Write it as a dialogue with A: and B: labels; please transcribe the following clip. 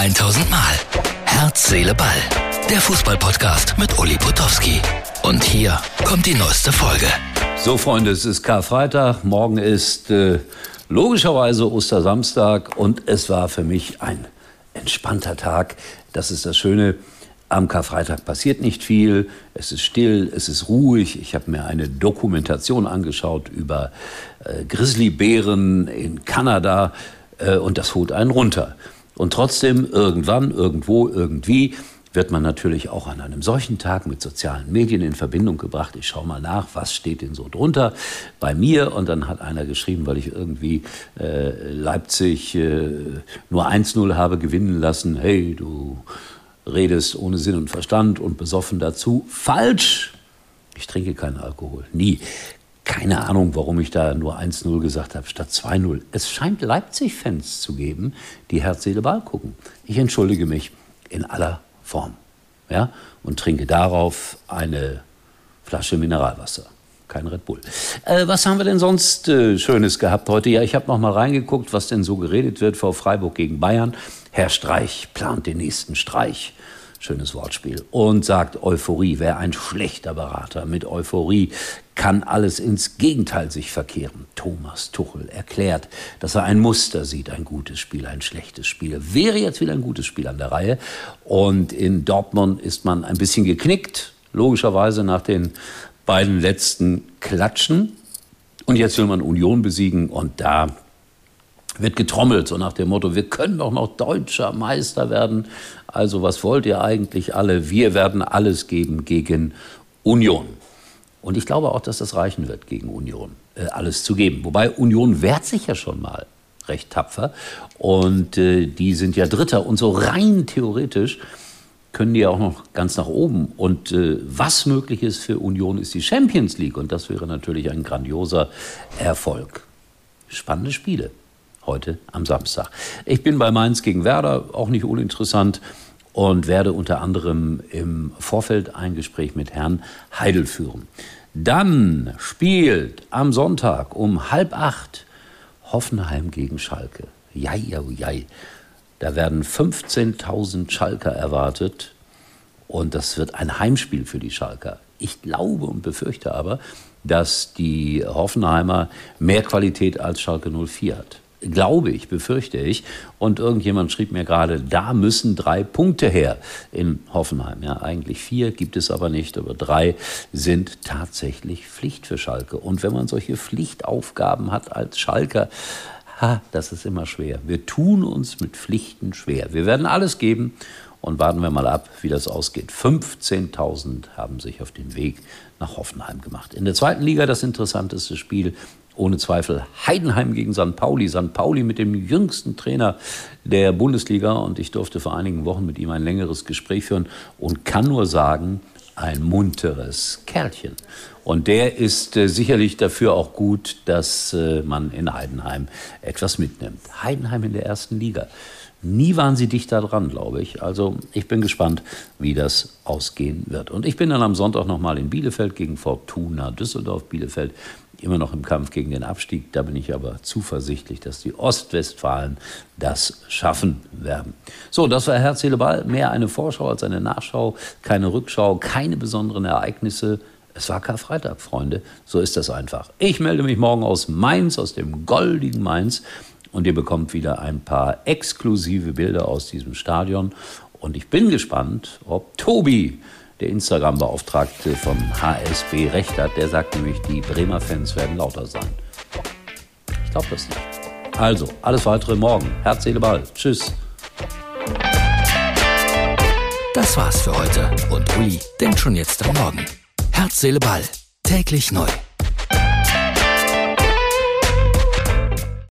A: 1000 Mal. Herz, Seele, Ball. Der Fußball-Podcast mit Uli Potowski. Und hier kommt die neueste Folge.
B: So, Freunde, es ist Karfreitag. Morgen ist logischerweise Ostersamstag. Und es war für mich ein entspannter Tag. Das ist das Schöne. Am Karfreitag passiert nicht viel, es ist still, es ist ruhig. Ich habe mir eine Dokumentation angeschaut über Grizzlybären in Kanada und das holt einen runter. Und trotzdem, irgendwann, irgendwo, irgendwie wird man natürlich auch an einem solchen Tag mit sozialen Medien in Verbindung gebracht. Ich schaue mal nach, was steht denn so drunter bei mir. Und dann hat einer geschrieben, weil ich irgendwie Leipzig nur 1-0 habe gewinnen lassen. Hey, du redest ohne Sinn und Verstand und besoffen dazu. Falsch! Ich trinke keinen Alkohol. Nie. Keine Ahnung, warum ich da nur 1-0 gesagt habe, statt 2-0. Es scheint Leipzig-Fans zu geben, die Herz, Seele, Ball gucken. Ich entschuldige mich in aller Form. Ja? Und trinke darauf eine Flasche Mineralwasser. Kein Red Bull. Was haben wir denn sonst Schönes gehabt heute? Ja, ich habe noch mal reingeguckt, was denn so geredet wird vor Freiburg gegen Bayern. Herr Streich plant den nächsten Streich. Schönes Wortspiel. Und sagt Euphorie. Wer ein schlechter Berater mit Euphorie kann alles ins Gegenteil sich verkehren. Thomas Tuchel erklärt, dass er ein Muster sieht. Ein gutes Spiel, ein schlechtes Spiel. Wäre jetzt wieder ein gutes Spiel an der Reihe. Und in Dortmund ist man ein bisschen geknickt. Logischerweise nach den beiden letzten Klatschen. Und jetzt will man Union besiegen. Und da wird getrommelt, so nach dem Motto, wir können doch noch deutscher Meister werden. Also was wollt ihr eigentlich alle? Wir werden alles geben gegen Union. Und ich glaube auch, dass das reichen wird, gegen Union alles zu geben. Wobei Union wehrt sich ja schon mal recht tapfer. Und die sind ja Dritter. Und so rein theoretisch können die ja auch noch ganz nach oben. Und was möglich ist für Union, ist die Champions League. Und das wäre natürlich ein grandioser Erfolg. Spannende Spiele heute am Samstag. Ich bin bei Mainz gegen Werder, auch nicht uninteressant, und werde unter anderem im Vorfeld ein Gespräch mit Herrn Heidel führen. Dann spielt am Sonntag um 7:30 Hoffenheim gegen Schalke. Jai. Da werden 15.000 Schalker erwartet und das wird ein Heimspiel für die Schalker. Ich glaube und befürchte aber, dass die Hoffenheimer mehr Qualität als Schalke 04 hat. Glaube ich, befürchte ich. Und irgendjemand schrieb mir gerade, da müssen 3 Punkte her in Hoffenheim. Ja, eigentlich 4 gibt es aber nicht, aber 3 sind tatsächlich Pflicht für Schalke. Und wenn man solche Pflichtaufgaben hat als Schalker, das ist immer schwer. Wir tun uns mit Pflichten schwer. Wir werden alles geben und warten wir mal ab, wie das ausgeht. 15.000 haben sich auf den Weg nach Hoffenheim gemacht. In der zweiten Liga das interessanteste Spiel, ohne Zweifel Heidenheim gegen St. Pauli. St. Pauli mit dem jüngsten Trainer der Bundesliga. Und ich durfte vor einigen Wochen mit ihm ein längeres Gespräch führen und kann nur sagen, ein munteres Kerlchen. Und der ist sicherlich dafür auch gut, dass man in Heidenheim etwas mitnimmt. Heidenheim in der ersten Liga. Nie waren sie dicht da dran, glaube ich. Also ich bin gespannt, wie das ausgehen wird. Und ich bin dann am Sonntag nochmal in Bielefeld gegen Fortuna Düsseldorf. Bielefeld immer noch im Kampf gegen den Abstieg. Da bin ich aber zuversichtlich, dass die Ostwestfalen das schaffen werden. So, das war Herz, Seele, Ball. Mehr eine Vorschau als eine Nachschau. Keine Rückschau, keine besonderen Ereignisse. Es war Karfreitag, Freunde. So ist das einfach. Ich melde mich morgen aus Mainz, aus dem goldigen Mainz. Und ihr bekommt wieder ein paar exklusive Bilder aus diesem Stadion. Und ich bin gespannt, ob Tobi, der Instagram-Beauftragte vom HSB, recht hat. Der sagt nämlich, die Bremer Fans werden lauter sein. Ich glaube das nicht. Also, alles weitere morgen. Herz, Seele, Ball. Tschüss.
A: Das war's für heute. Und Uli denkt schon jetzt am Morgen. Herz, Seele, Ball. Täglich neu.